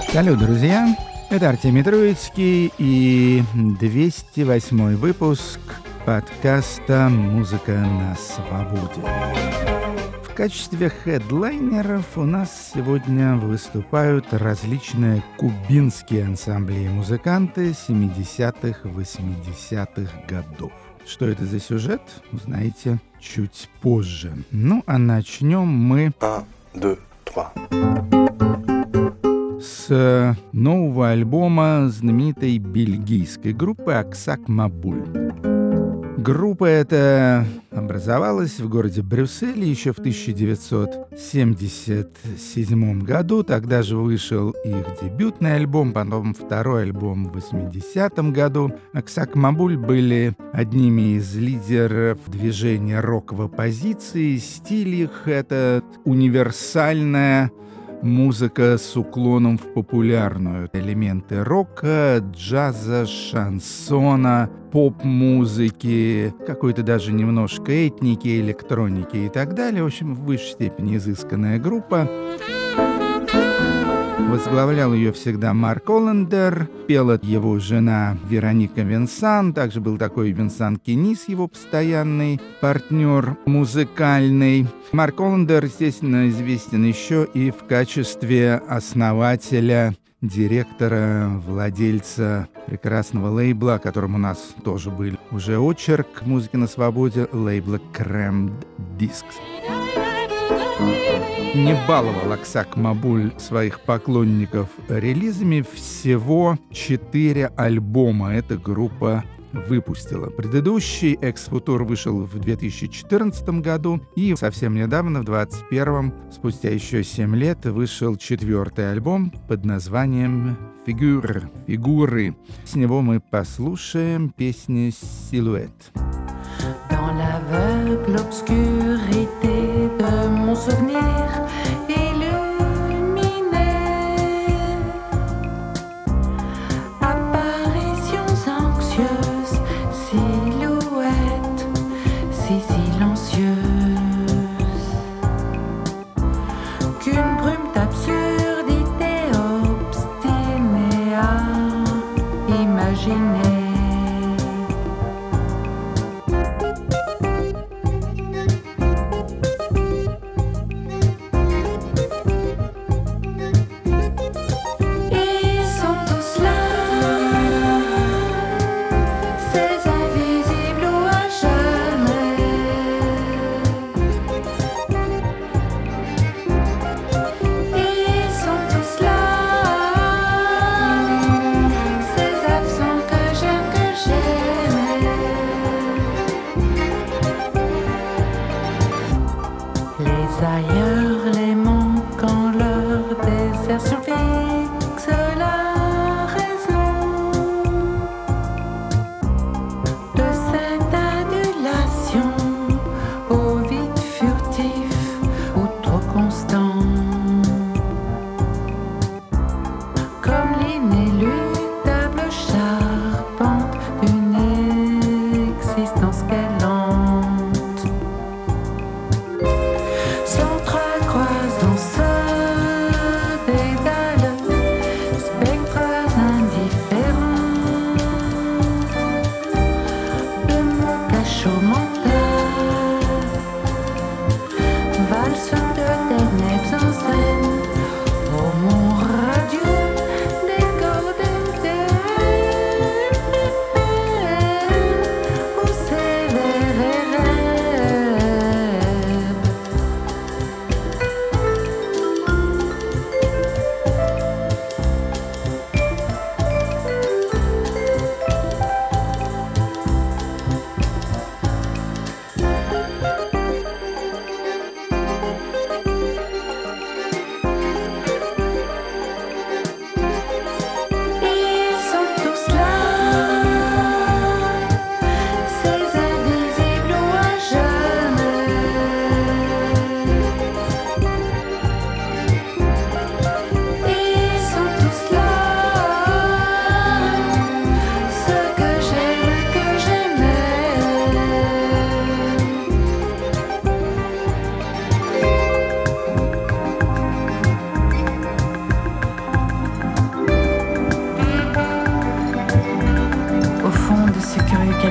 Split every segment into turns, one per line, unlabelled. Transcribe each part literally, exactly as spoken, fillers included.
Салют, друзья! Это Артемий Троицкий и двести восьмой выпуск подкаста «Музыка на свободе». В качестве хедлайнеров у нас сегодня выступают различные кубинские ансамбли и музыканты семидесятых, восьмидесятых годов. Что это за сюжет, узнаете чуть позже. Ну, а начнем мы...
Un, deux, trois.
С нового альбома знаменитой бельгийской группы Аксак Мабуль. Группа эта образовалась в городе Брюсселе еще в тысяча девятьсот семьдесят седьмом году. Тогда же вышел их дебютный альбом, потом второй альбом в восьмидесятом году. Аксак Мабуль были одними из лидеров движения рок в оппозиции. Стиль их — это универсальная музыка с уклоном в популярную. Элементы рока, джаза, шансона, поп-музыки, какой-то даже немножко этники, электроники и так далее. В общем, в высшей степени изысканная группа. Возглавлял ее всегда Марк Оллендер, пела его жена Вероника Винсан, также был такой Винсан Кенис, его постоянный партнер музыкальный. Марк Оллендер, естественно, известен еще и в качестве основателя, директора, владельца прекрасного лейбла, о котором у нас тоже был уже очерк «Музыки на свободе», лейбла Crammed Discs. Не баловал Аксак Мабуль своих поклонников релизами. Всего четыре альбома эта группа выпустила. Предыдущий «Экс-Футур» вышел в две тысячи четырнадцатом году, и совсем недавно, в двадцать первом, спустя еще семь лет, вышел четвертый альбом под названием «Фигур», «Фигуры». С него мы послушаем песню «Силуэт».
Dans l'aveugle obscurité de mon souvenir illuminé, apparitions anxieuses, silhouettes si silencieuses, qu'une brume d'absurdité obstinée à imaginer.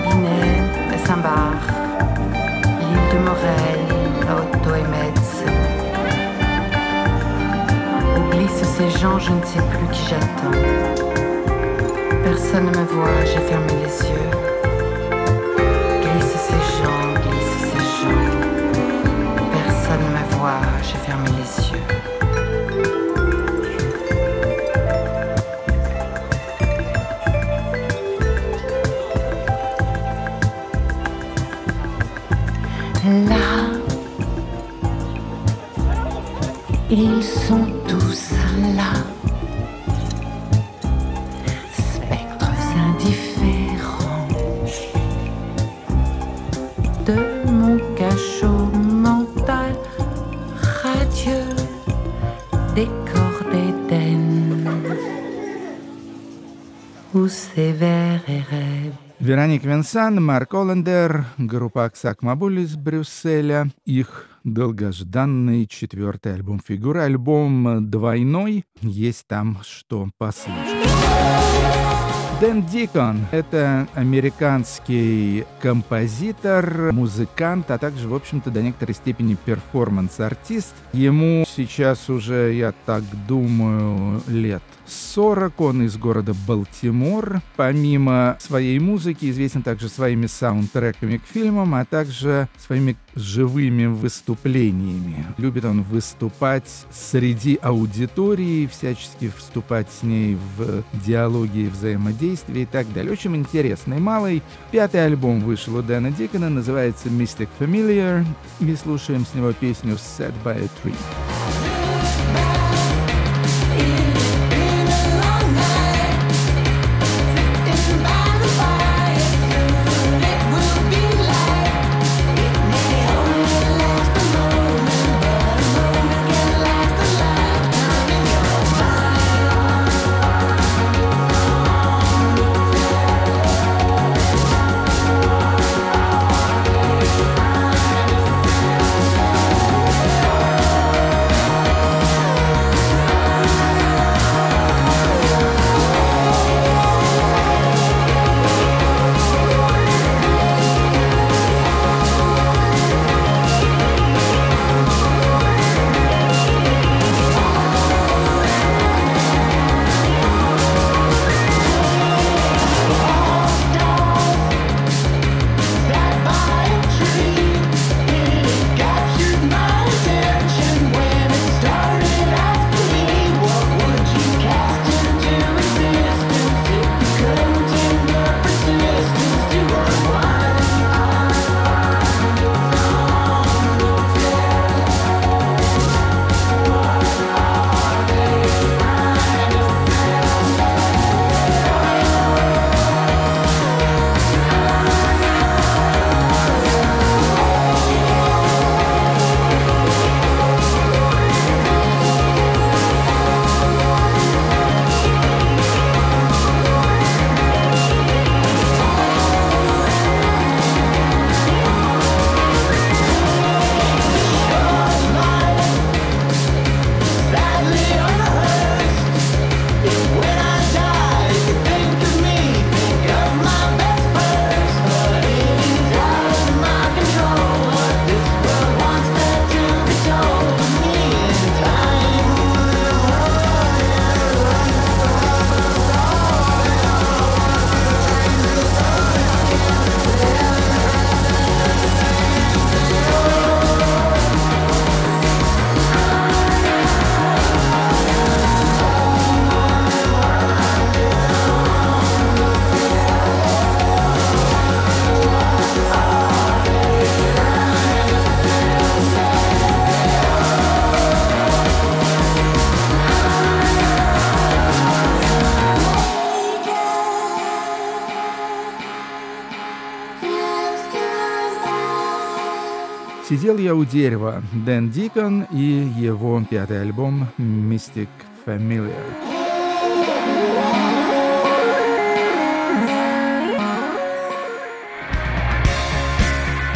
Épinay, à Saint-Bar, l'île de Morel, à Otto et Metz. Où glissent ces gens, je ne sais plus qui j'attends. Personne ne me voit, j'ai fermé les yeux. Glissent ces gens, glissent ces gens. Personne ne me voit, j'ai fermé les yeux. Là, ils sont tous là, spectres indifférents de mon cachot mental radieux, décor d'Éden, où sévère et rêve.
Вероник Винсан, Марк Оллендер, группа Аксак Мабуль из Брюсселя. Их долгожданный четвертый альбом «Фигура». Альбом двойной, есть там что послушать. Дэн Дикон — это американский композитор, музыкант, а также, в общем-то, до некоторой степени перформанс-артист. Ему сейчас уже, я так думаю, лет сорок. Он из города Балтимор. Помимо своей музыки известен также своими саундтреками к фильмам, а также своими живыми выступлениями. Любит он выступать среди аудитории, всячески вступать с ней в диалоги и взаимодействие и так далее. Очень интересный малый. Пятый альбом вышел у Дэна Дикона, называется Mystic Familiar. И слушаем с него песню Set by a Tree. Сидел я у дерева. Дэн Дикон и его пятый альбом Mystic Familiar.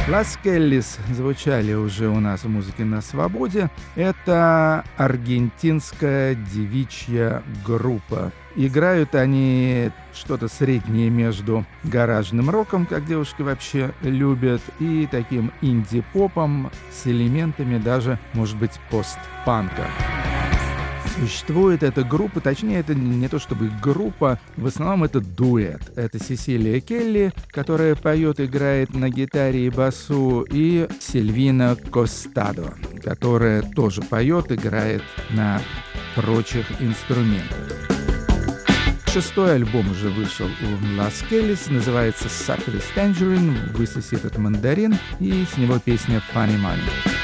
Лас Келлис звучали уже у нас в «Музыке на свободе». Это аргентинская девичья группа. Играют они что-то среднее между гаражным роком, как девушки вообще любят, и таким инди-попом с элементами даже, может быть, постпанка. Существует эта группа, точнее, это не то чтобы группа, в основном это дуэт. Это Сесилия Келли, которая поет, играет на гитаре и басу, и Сильвина Костадо, которая тоже поет, играет на прочих инструментах. Шестой альбом уже вышел у Лас Келлис, называется «Suck This Tangerine», «Высоси этот мандарин», и с него песня «Funny Money».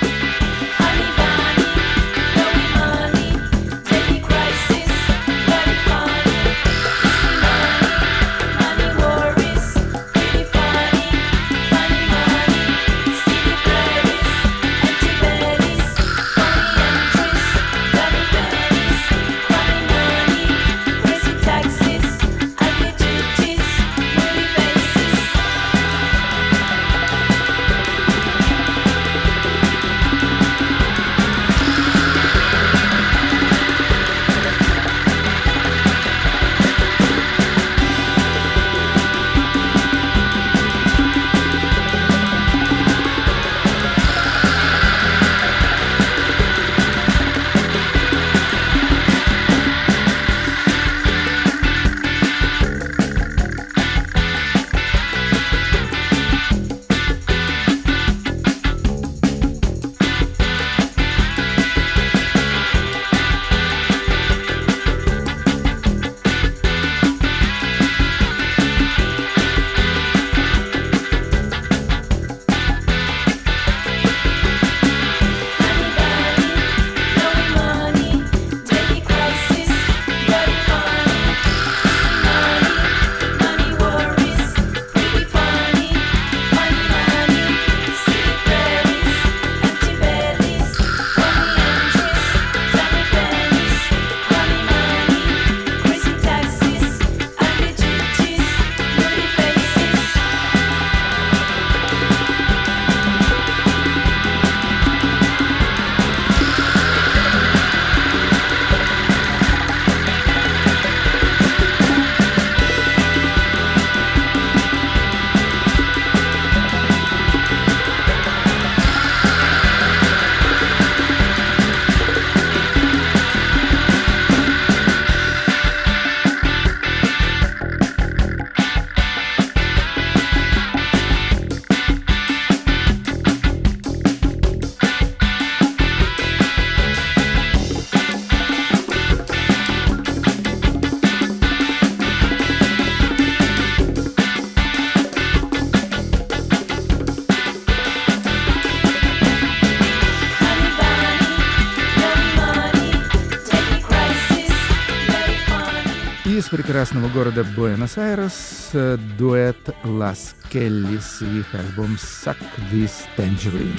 Из прекрасного города Буэнос-Айрес дуэт Лас Келлис и их альбом «Suck This Tangerine».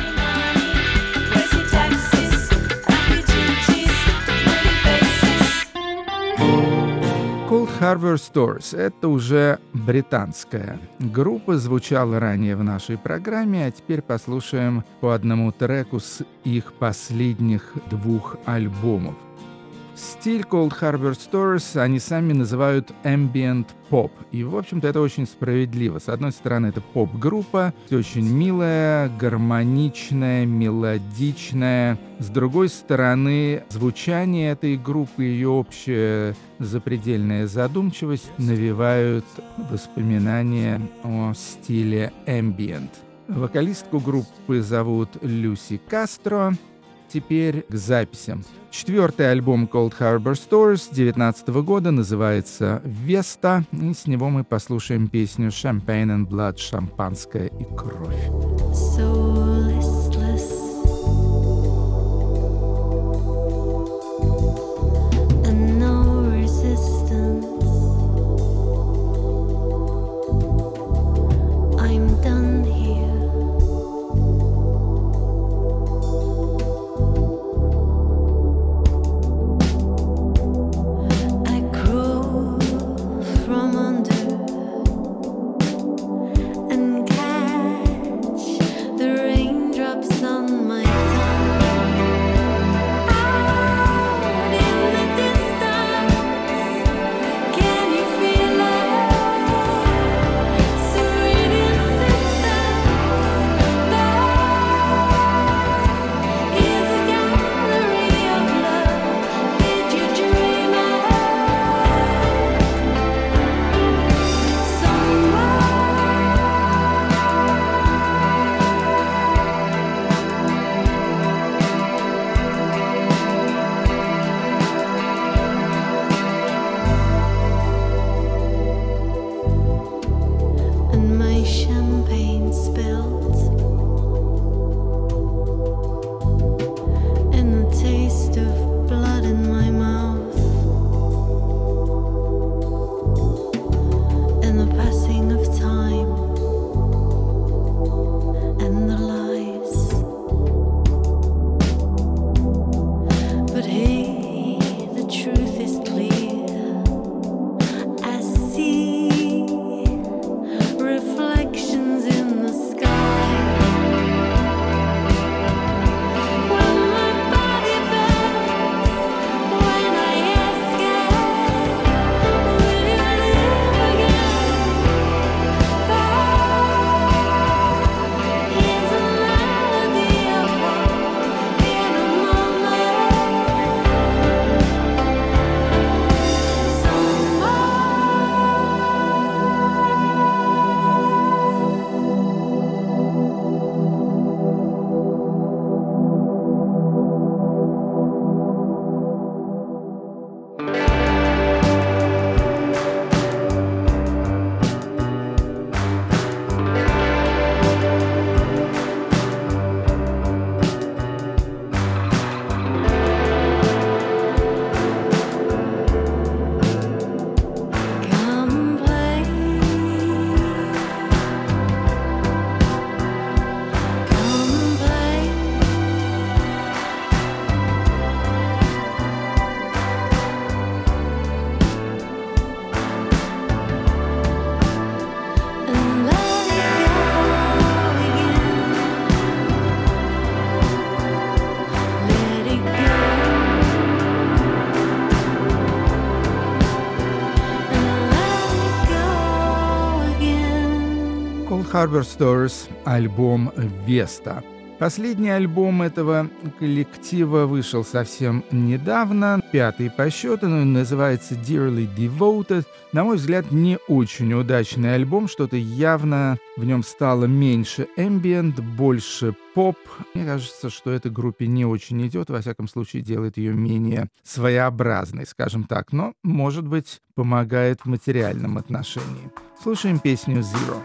Cold Harbor Stores — это уже британская группа, звучала ранее в нашей программе, а теперь послушаем по одному треку с их последних двух альбомов. Стиль Cold Harbor Stores они сами называют ambient pop. И, в общем-то, это очень справедливо. С одной стороны, это поп-группа, очень милая, гармоничная, мелодичная. С другой стороны, звучание этой группы, ее общая запредельная задумчивость навевают воспоминания о стиле ambient. Вокалистку группы зовут Люси Кастро. Теперь к записям. Четвертый альбом Cold Harbor Stores две тысячи девятнадцатого года называется «Веста», и с него мы послушаем песню «Champagne and Blood» — «Шампанское и кровь».
From under and catch
Harbor Stories, альбом «Веста». Последний альбом этого коллектива вышел совсем недавно, пятый по счету, но называется «Dearly Devoted». На мой взгляд, не очень удачный альбом, что-то явно в нем стало меньше эмбиент, больше поп. Мне кажется, что этой группе не очень идет, во всяком случае делает ее менее своеобразной, скажем так, но, может быть, помогает в материальном отношении. Слушаем песню «Zero».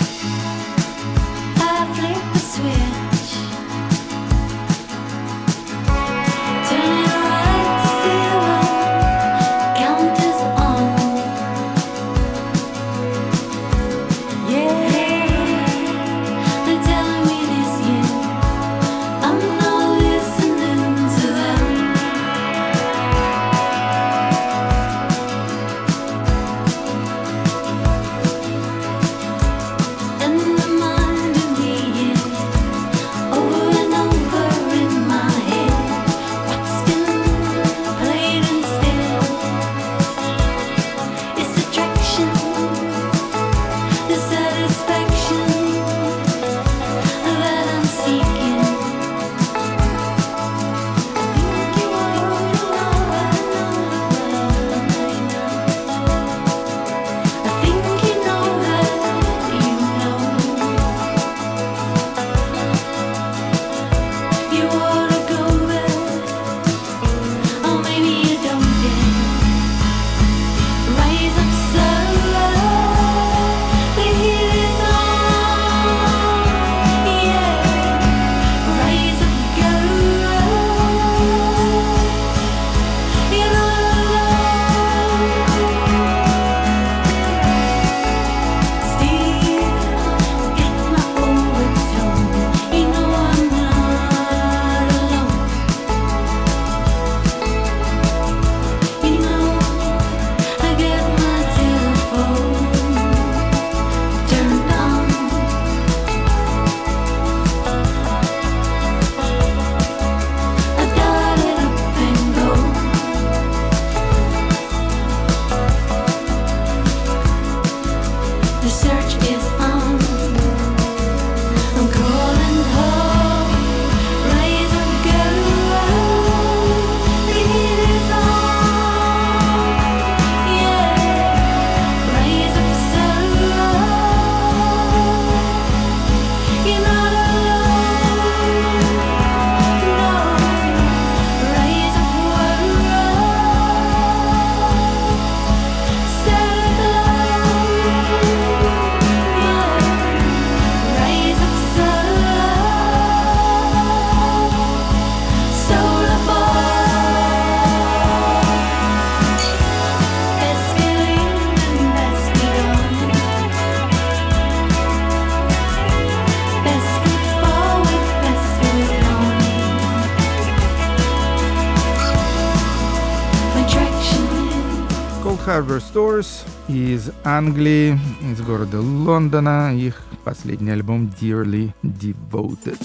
Harbor Stories из Англии, из города Лондона. Их последний альбом «Dearly Devoted».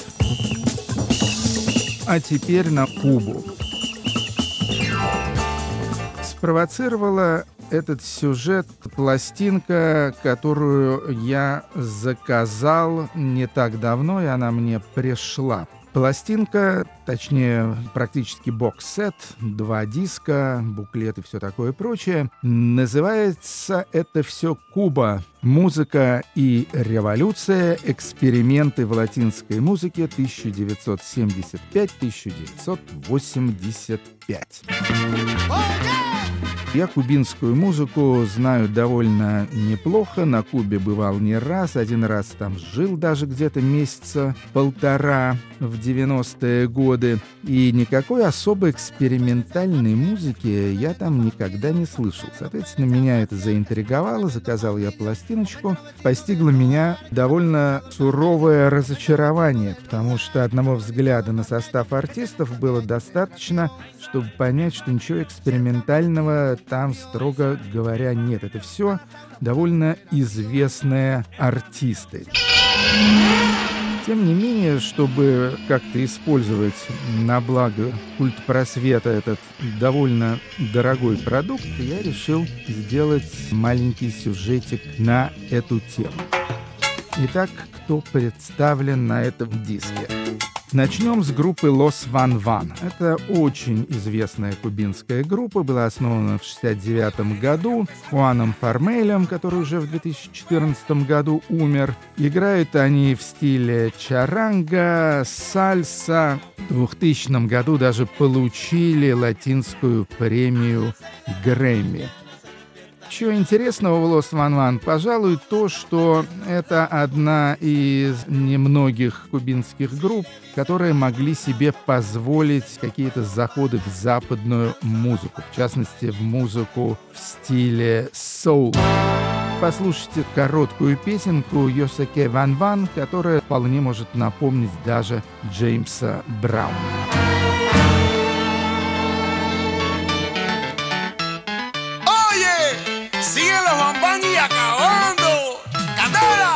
А теперь на Кубу. Спровоцировала этот сюжет пластинка, которую я заказал не так давно, и она мне пришла. Пластинка, точнее, практически бокс-сет, два диска, буклет и все такое прочее. Называется это все «Куба. Музыка и революция. Эксперименты в латинской музыке тысяча девятьсот семьдесят пять - тысяча девятьсот восемьдесят пять». Я кубинскую музыку знаю довольно неплохо. На Кубе бывал не раз. Один раз там жил даже где-то месяца полтора в девяностые годы. И никакой особо экспериментальной музыки я там никогда не слышал. Соответственно, меня это заинтриговало. Заказал я пластиночку. Постигло меня довольно суровое разочарование, потому что одного взгляда на состав артистов было достаточно, чтобы понять, что ничего экспериментального там, строго говоря, нет. Это все довольно известные артисты. Тем не менее, чтобы как-то использовать на благо культпросвета этот довольно дорогой продукт, я решил сделать маленький сюжетик на эту тему. Итак, кто представлен на этом диске? Начнем с группы Los Van Van. Это очень известная кубинская группа, была основана в шестьдесят девятом году Хуаном Фармелем, который уже в две тысячи четырнадцатом году умер. Играют они в стиле чаранга, сальса. В двухтысячном году даже получили латинскую премию Грэмми. Чего интересного в Los Van Van, пожалуй, то, что это одна из немногих кубинских групп, которые могли себе позволить какие-то заходы в западную музыку, в частности, в музыку в стиле соул. Послушайте короткую песенку Йосеке Ван Ван, которая вполне может напомнить даже Джеймса Брауна.
Siguen los Van Van y acabando. ¡Candela!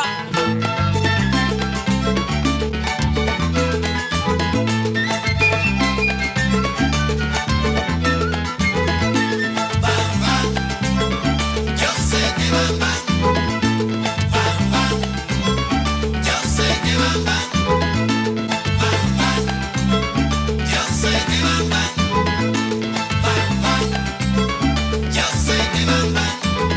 Van Van, yo sé que Van Van. Van Van, yo sé que Van Van. Van Van, yo sé que Van Van. Van Van, yo sé que Van Van.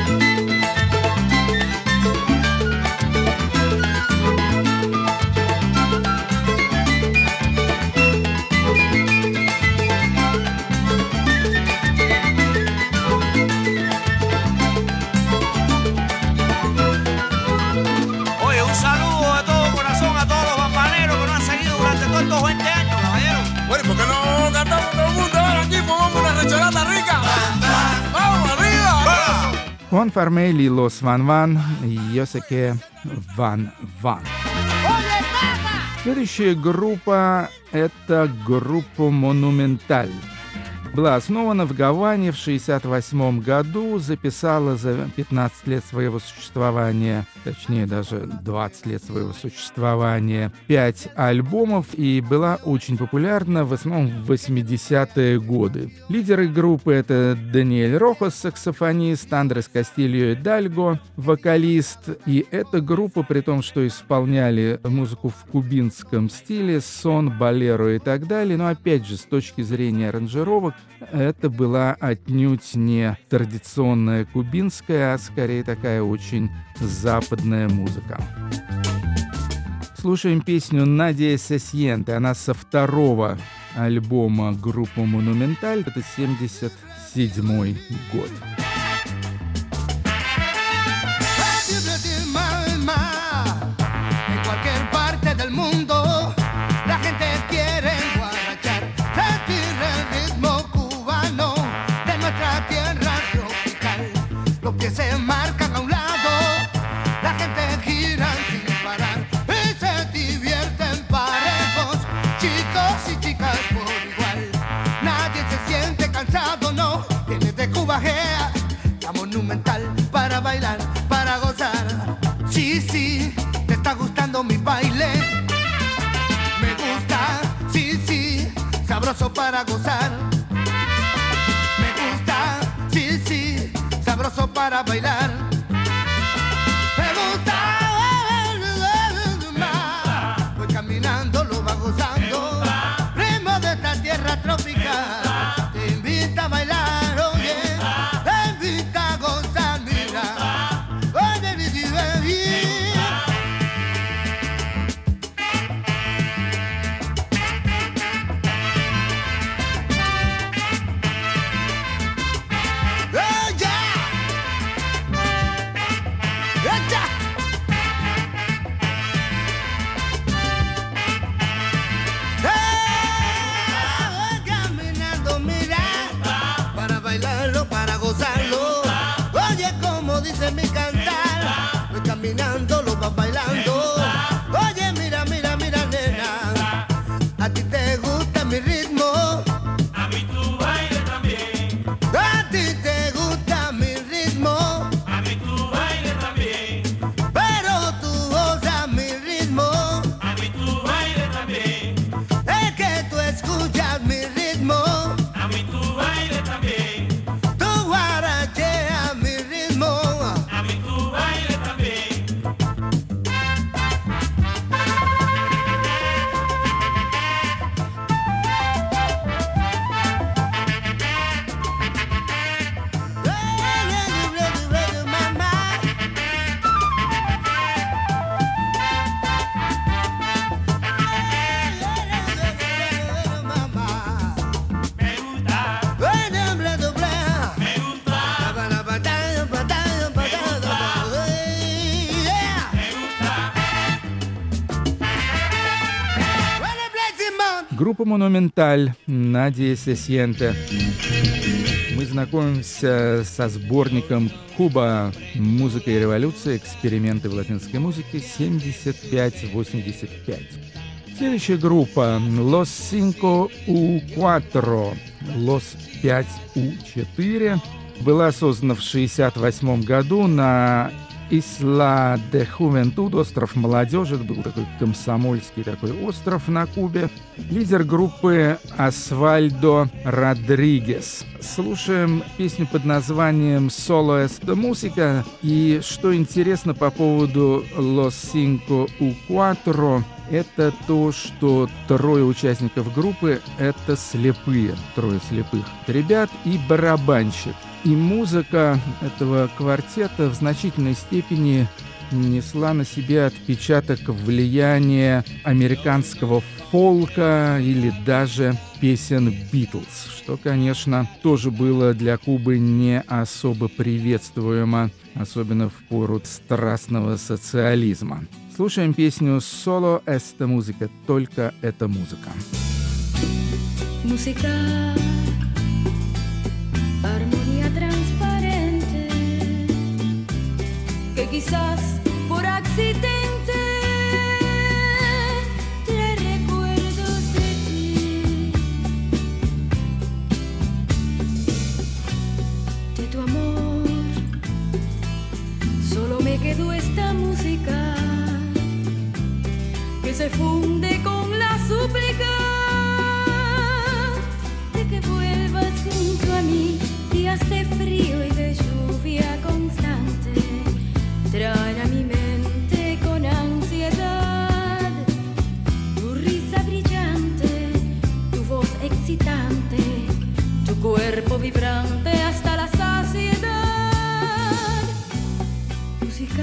Хуан Фармель и Los Van Van, Йосеке Ван Ван. Следующая группа — это группа Монументаль. Была основана в Гаване в шестьдесят восьмом году, записала за пятнадцать лет своего существования, точнее даже двадцать лет своего существования, пять альбомов и была очень популярна в основном в восьмидесятые годы. Лидеры группы — это Даниэль Рохос, саксофонист, Андрес Кастильо Идальго, вокалист. И эта группа, при том, что исполняли музыку в кубинском стиле, сон, болеро и так далее, но опять же, с точки зрения аранжировок, это была отнюдь не традиционная кубинская, а скорее такая очень западная музыка. Слушаем песню «Надия Сесьенте». Она со второго альбома группы «Монументаль». Это семьдесят седьмой год.
Se marcan a un lado, la gente gira sin parar y se divierten parejos, chicos y chicas por igual. Nadie se siente cansado, no, viene de Cuba, Gea, la Monumental, para bailar, para gozar. Sí, sí, te está gustando mi baile, me gusta, sí, sí, sabroso para gozar. Me gusta, sí, sí, sabroso para bailar. Me gusta, voy caminando, lo va gozando. Ritmo de esta tierra tropical, te invita a bailar, oye, te invita a gozar, mira. Oye, baby, baby. Dice mi cantar, voy caminando, lo vas bailando. Oye, mira, mira, mira, nena, a ti te gusta mi ritmo,
A mí tu baile también.
a ti te gusta mi ritmo,
A mí tu baile también.
pero tú gozas mi ritmo.
A mí tu baile también.
Es que tú escuchas mi ritmo,
A mí tu baile también.
tú guaracheas mi ritmo.
A mí
Группа «Монументаль», «Надия се сиенте». Мы знакомимся со сборником «Куба. Музыка и революция. Эксперименты в латинской музыке. семьдесят пять восемьдесят пять». Следующая группа «Los cinco u cuatro», «Los пять у четыре», была создана в шестьдесят восьмом году на Isla de Juventud, остров молодежи. Это был такой комсомольский такой остров на Кубе. Лидер группы Асвальдо Родригес. Слушаем песню под названием «Solo esta música». И что интересно по поводу «Los cinco u cuatro», это то, что трое участников группы — это слепые, трое слепых ребят и барабанщик. И музыка этого квартета в значительной степени несла на себе отпечаток влияния американского фолка или даже песен «Битлз», что, конечно, тоже было для Кубы не особо приветствуемо, особенно в пору страстного социализма. Слушаем песню «Solo esta música», только эта музыка.
Música, armonía transparente, que quizás por accidente trae recuerdos de ti, de tu amor. Solo me quedó esta música que se funde con la súplica de que vuelvas junto a mí. Días de frío y de lluvia constante traen a mi mente con ansiedad tu risa brillante, tu voz excitante, tu cuerpo vibrante hasta la saciedad. Música,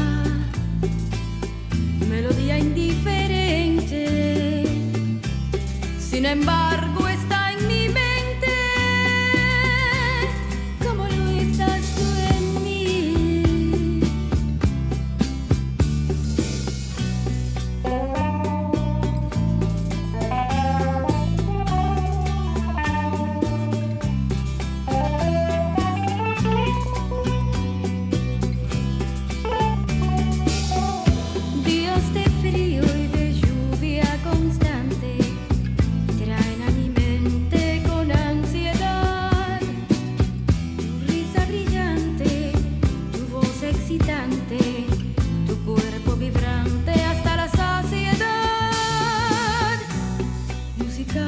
melodía indiferente, sin embargo está en mi mente, como lo estás tú en mí. Días de frío y de lluvia constante traen a mi mente con ansiedad tu risa brillante, tu voz excitante, tu cuerpo vibrante hasta la saciedad. Música,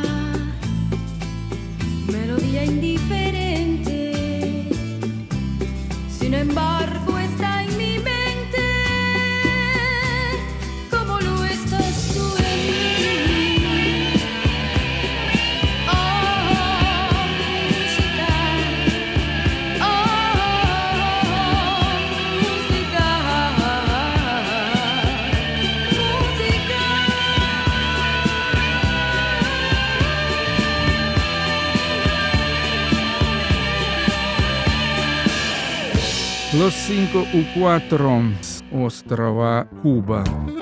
melodía indiferente, sin embargo está en mi mente, como lo estás tú en mí. Oh, música, oh, música,
«Los cinco u cuatro» с острова Куба.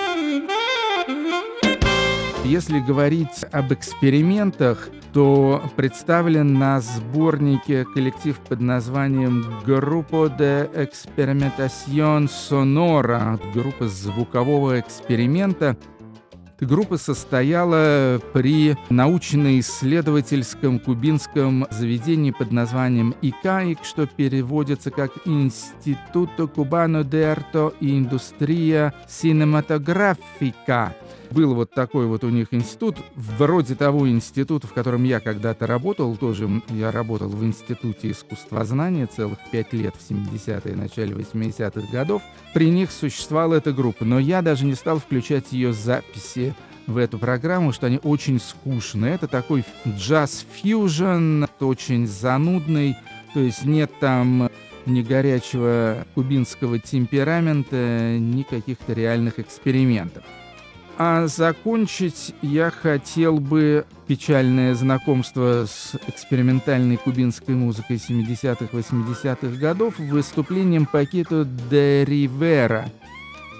Если говорить об экспериментах, то представлен на сборнике коллектив под названием «Grupo de Experimentación Sonora», группа звукового эксперимента. Эта группа состояла при научно-исследовательском кубинском заведении под названием ИКАИК, что переводится как «Институто Cubano de Arte y Industria Cinematográfica». Был вот такой вот у них институт, вроде того института, в котором я когда-то работал, тоже я работал в Институте искусствознания целых пять лет в семидесятые, начале восьмидесятых годов. При них существовала эта группа, но я даже не стал включать ее записи в эту программу, что они очень скучные. Это такой джаз-фьюжн, очень занудный, то есть нет там ни горячего кубинского темперамента, ни каких-то реальных экспериментов. А закончить я хотел бы печальное знакомство с экспериментальной кубинской музыкой семидесятых-восьмидесятых годов выступлением Пакито де Ривера.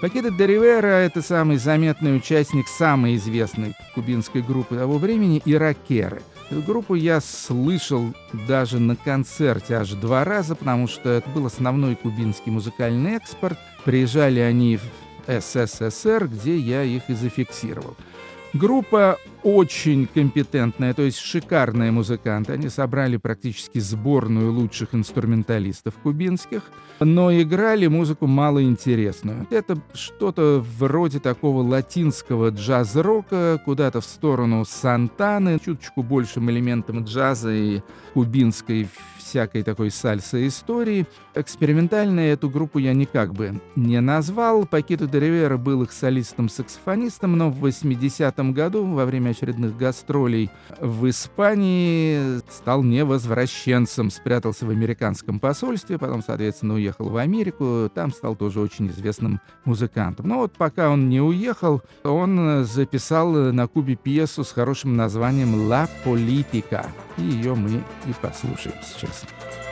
Пакето де Ривера — это самый заметный участник самой известной кубинской группы того времени — «Иракеры». Эту группу я слышал даже на концерте аж два раза, потому что это был основной кубинский музыкальный экспорт. Приезжали они в эс эс эс эр, где я их и зафиксировал. Группа очень компетентная, то есть шикарные музыканты. Они собрали практически сборную лучших инструменталистов кубинских, но играли музыку малоинтересную. Это что-то вроде такого латинского джаз-рока, куда-то в сторону Сантаны, чуточку большим элементом джаза и кубинской всякой такой сальса-истории. Экспериментальной эту группу я никак бы не назвал. Пакето де Ривера был их солистом-саксофонистом, но в восьмидесятом году, во время очередных гастролей в Испании, стал невозвращенцем, спрятался в американском посольстве, потом, соответственно, уехал в Америку, там стал тоже очень известным музыкантом. Но вот пока он не уехал, он записал на Кубе пьесу с хорошим названием «Ла Политика», и ее мы и послушаем сейчас.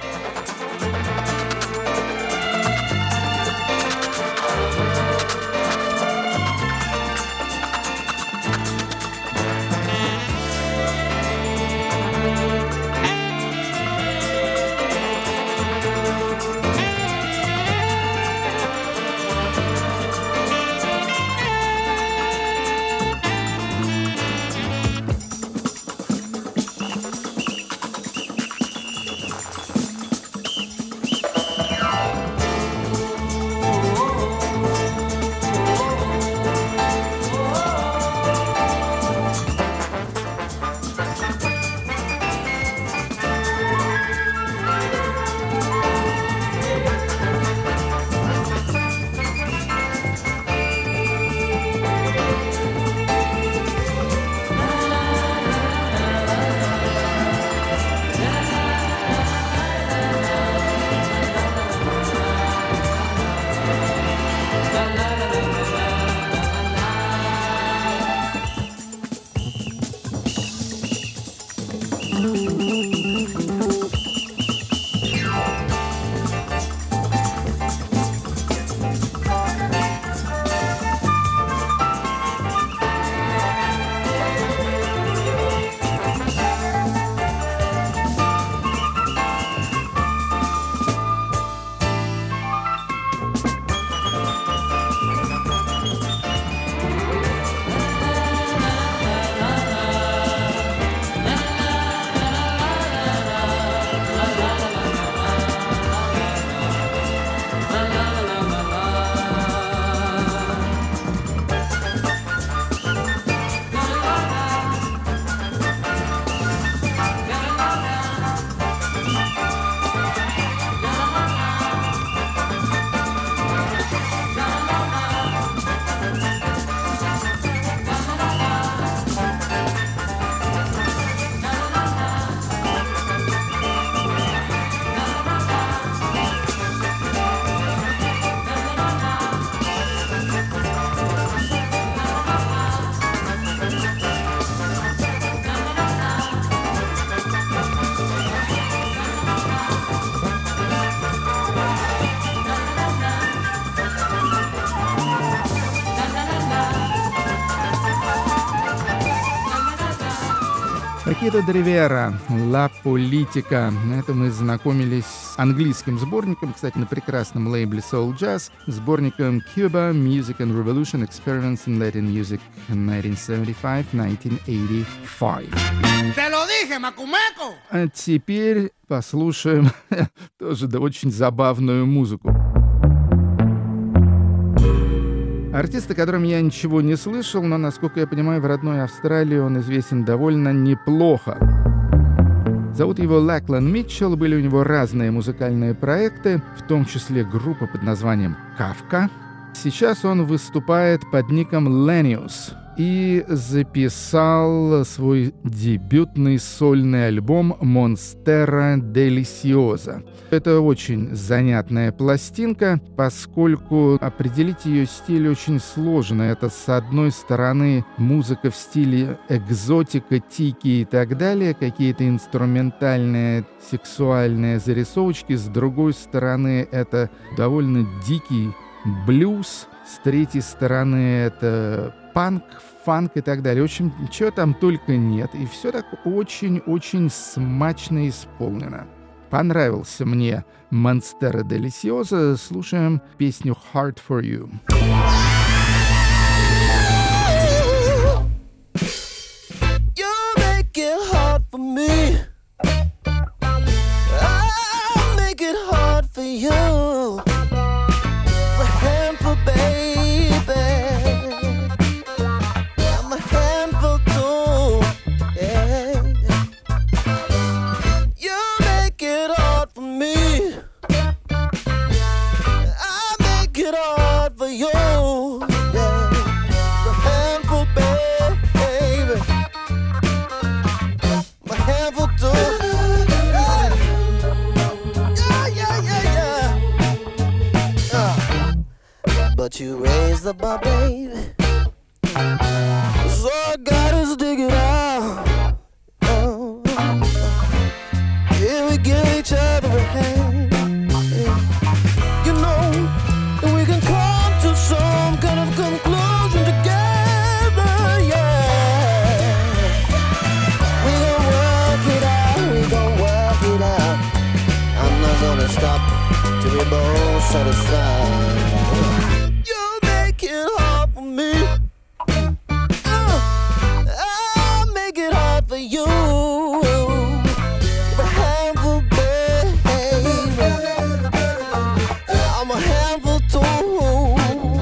Пакето де Ривера, «Ла Политика». Это мы знакомились с английским сборником, кстати, на прекрасном лейбле Soul Jazz, сборником Cuba Music and Revolution Experiments in Latin Music nineteen seventy-five to nineteen eighty-five.
Te lo dije, Macumecco!
А теперь послушаем тоже да очень забавную музыку. Артист, о котором я ничего не слышал, но, насколько я понимаю, в родной Австралии он известен довольно неплохо. Зовут его Лаклан Митчелл, были у него разные музыкальные проекты, в том числе группа под названием «Кавка». Сейчас он выступает под ником Lenius и записал свой дебютный сольный альбом «Monstera Deliciosa». Это очень занятная пластинка, поскольку определить ее стиль очень сложно. Это, с одной стороны, музыка в стиле экзотика, тики и так далее, какие-то инструментальные, сексуальные зарисовочки. С другой стороны, это довольно дикий блюз, с третьей стороны это панк, фанк и так далее. В общем, чего там только нет. И все так очень-очень смачно исполнено. Понравился мне Monstera Deliciosa. Слушаем песню «Hard for You».
You make it hard for me. I make it hard for you. A handful, baby. I'm a handful too. Yeah. You make it hard for me. I make it hard for you. Yeah. A handful, baby. My handful too. Yeah, yeah, yeah, yeah. Uh, but you raised the bar, baby. So I gotta stick it out. Oh. Yeah, we give each other a hand. You know, and we can come to some kind of conclusion together. Yeah. We gon' work it out, we gon' work it out. I'm not gonna stop till we both satisfied. You make it hard for me. Uh, I make it hard for you. A handful, baby. I'm a handful too.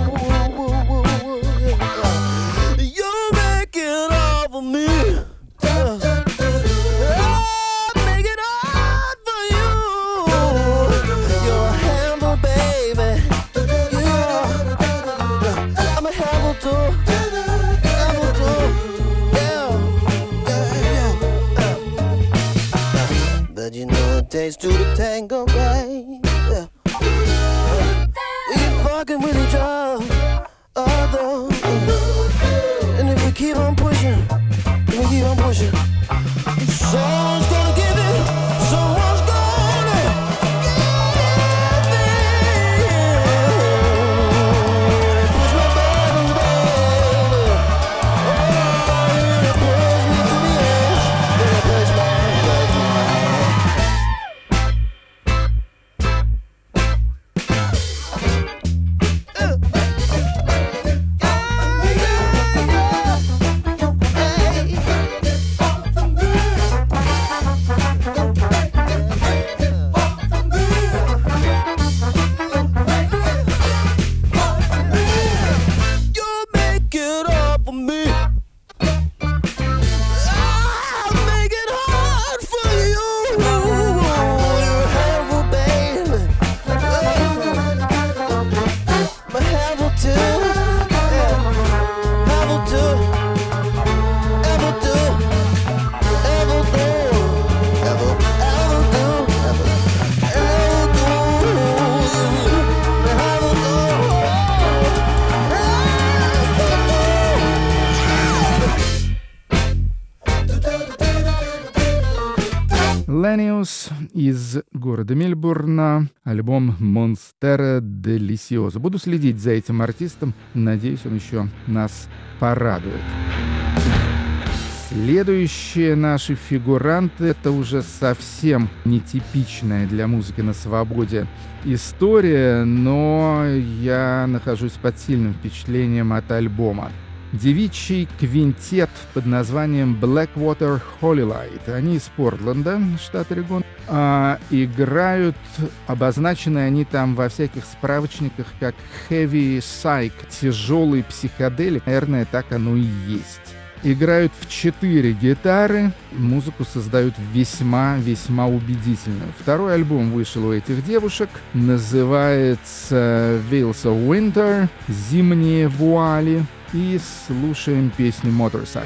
You make it hard for me. I make it hard for you. You're a handful, baby. Yeah. I'm a handful too. Handful too. Yeah. Yeah, yeah. But you know it takes two to tango, right? Yeah. We keep fucking with each other. And if we keep on pushing, if we keep on pushing, someone's gonna give it, someone's gonna give it. Push my buttons, baby. Oh, you push me to the edge. You push my, push my. You make it hard for me. I make it hard for you. You're a handful, baby. My handful too. Yeah. Handful too. Ever do. Ever do. Ever, ever do. Ever, ever do. Handful too.
Lenius из города Мельбурна, альбом Monstera Deliciosa. Буду следить за этим артистом, надеюсь, он еще нас порадует. Следующие наши фигуранты — это уже совсем нетипичная для музыки на свободе история, но я нахожусь под сильным впечатлением от альбома. Девичий квинтет под названием Blackwater Holylight. Они из Портленда, штат Орегон. А, играют, обозначены они там во всяких справочниках как Heavy Psych, тяжелый психоделик. Наверное, так оно и есть. Играют в четыре гитары, музыку создают весьма-весьма убедительную. Второй альбом вышел у этих девушек, называется Veils of Winter, «Зимние вуали», и слушаем песню Motorcycle.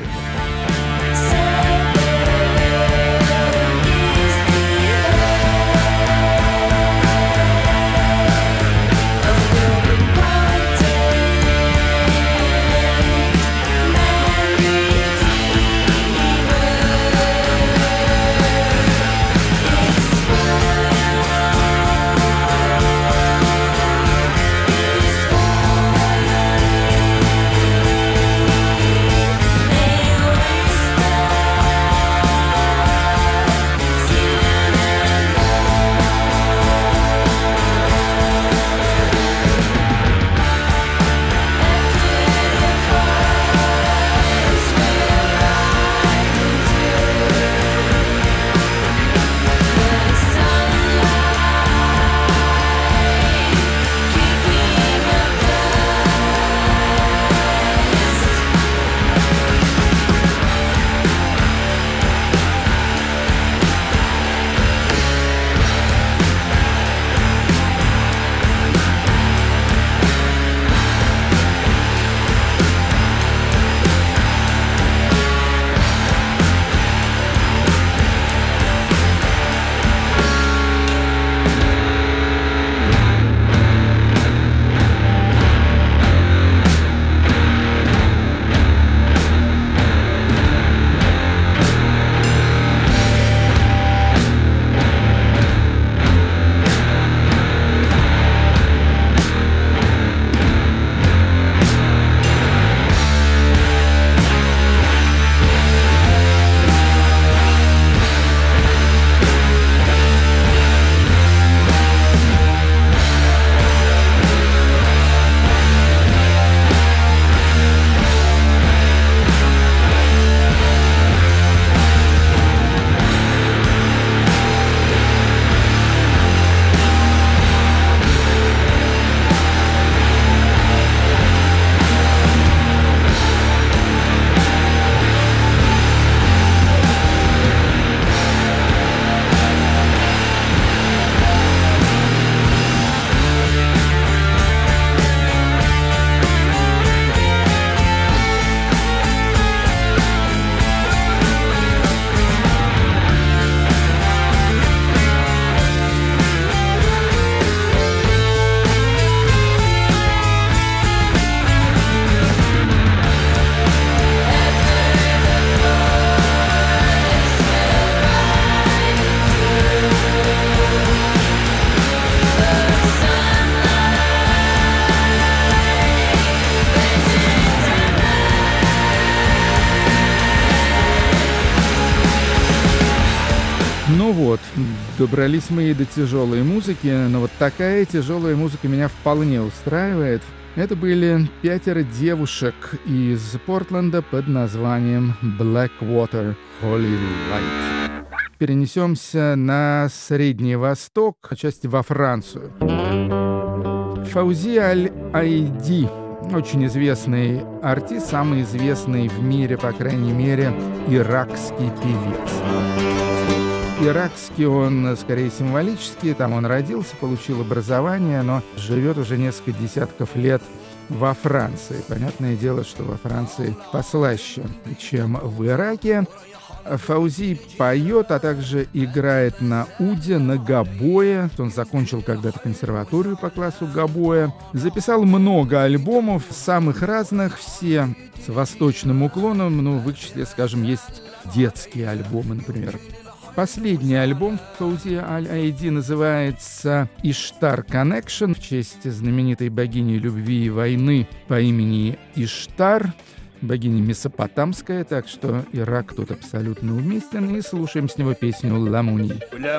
It's
вот, добрались мы и до тяжелой музыки, но вот такая тяжелая музыка меня вполне устраивает. Это были пятеро девушек из Портленда под названием Blackwater Holy Light. Перенесемся на Средний Восток, отчасти во Францию. Фаузи Аль-Айди, очень известный артист, самый известный в мире, по крайней мере, иракский певец. Иракский он скорее символический, там он родился, получил образование, но живет уже несколько десятков лет во Франции. Понятное дело, что во Франции послаще, чем в Ираке. Фаузи поет, а также играет на уде, на гобое. Он закончил когда-то консерваторию по классу гобоя. Записал много альбомов, самых разных, все с восточным уклоном. Ну, в их числе, скажем, есть детские альбомы, например. Последний альбом Фаузи Аль-Айди называется «Иштар Connection» в честь знаменитой богини любви и войны по имени Иштар, богиня месопотамская, так что Ирак тут абсолютно уместен. И слушаем с него песню «Ламуни».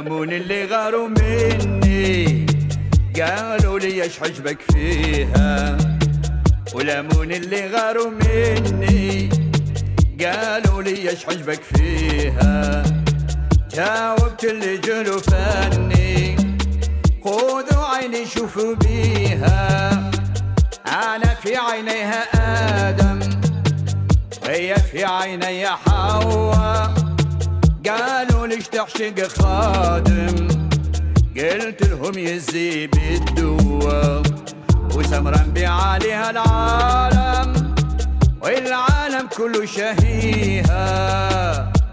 جاوبت اللي جلو فني خذوا عيني شوفوا بيها أنا في عينيها آدم وهي في عيني حواء قالوا ليش تعشق خادم قلت لهم يزي بالدواء وسمرا بعاليها العالم والعالم كله شهيها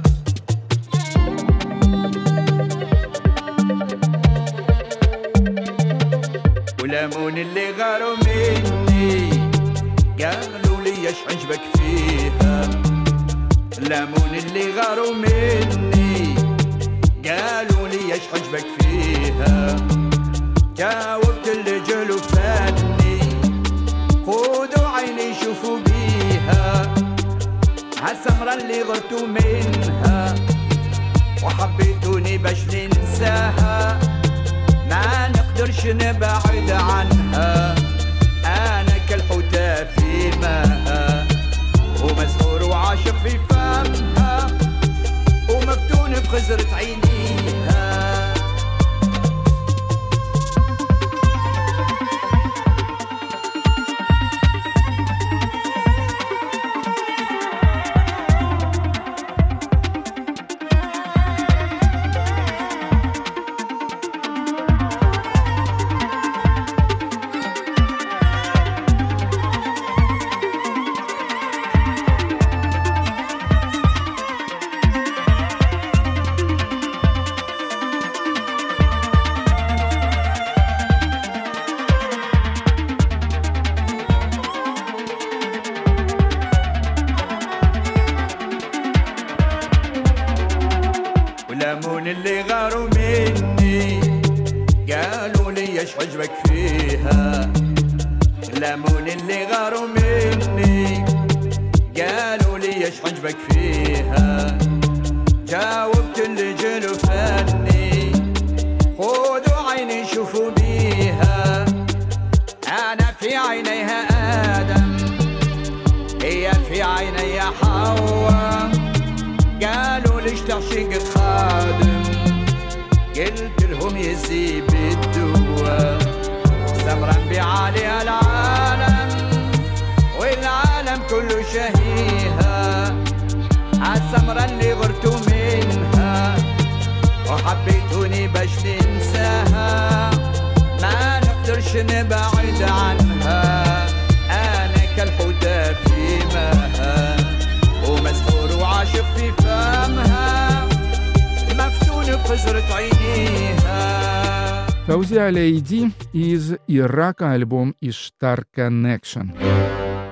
ولمون اللي غاروا مني قالوا لي ايش عجبك فيها لمون اللي غاروا مني قالوا لي ايش عجبك فيها جاوبت اللي جلو فني خذوا عيني شوفوا بيها هالسمرة اللي غرتوا منها وحبيتوني باش ننساها ما نقدرش نبعد عنها أنا كالحوتة في ماءها ومسحور وعاشق في فمها ومفتون بخزرة عينيها اللي غاروا مني قالوا لي ايش عجبك فيها لمون اللي غاروا مني قالوا لي ايش عجبك فيها جاوبت اللي جلو فني خذوا عيني شوفوا بيها انا في عينيها آدم هي في عيني حواء قالوا ليش تعشق خادم قلت لهم يزي بالدواء سمرا بعاليها العالم والعالم كله شهيها عالسمرة اللي غرتوا منها وحبيتوني باش ننساها ما نقدرش نبعد عنها أنا كالحوتة في ماها ومسحور وعاشق في فمها مفتون بخزرة عينيها.
Фаузи Аль-Айди из Ирака, альбом «Иштар Connection».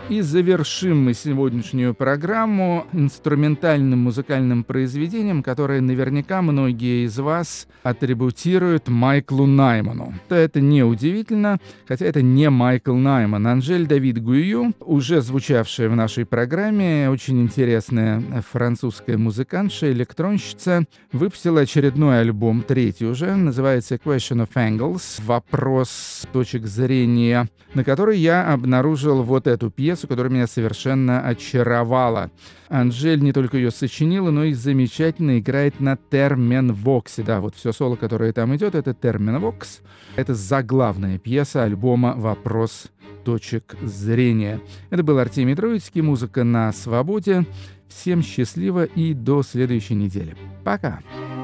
И завершим мы сегодняшнюю программу инструментальным музыкальным произведением, которое наверняка многие из вас атрибутируют Майклу Найману. Это неудивительно, хотя это не Майкл Найман. Анжель Давид Гую, уже звучавшая в нашей программе, очень интересная французская музыкантша, электронщица, выпустила очередной альбом, третий уже, называется Question of Angles, вопрос точек зрения, на который я обнаружил вот эту пьесу, которая меня совершенно очаровала. Анжель не только ее сочинила, но и замечательно играет на терменвоксе. Да, вот все соло, которое там идет, это терменвокс. Это заглавная пьеса альбома «Вопрос точек зрения». Это был Артемий Троицкий, музыка на свободе. Всем счастливо и до следующей недели. Пока!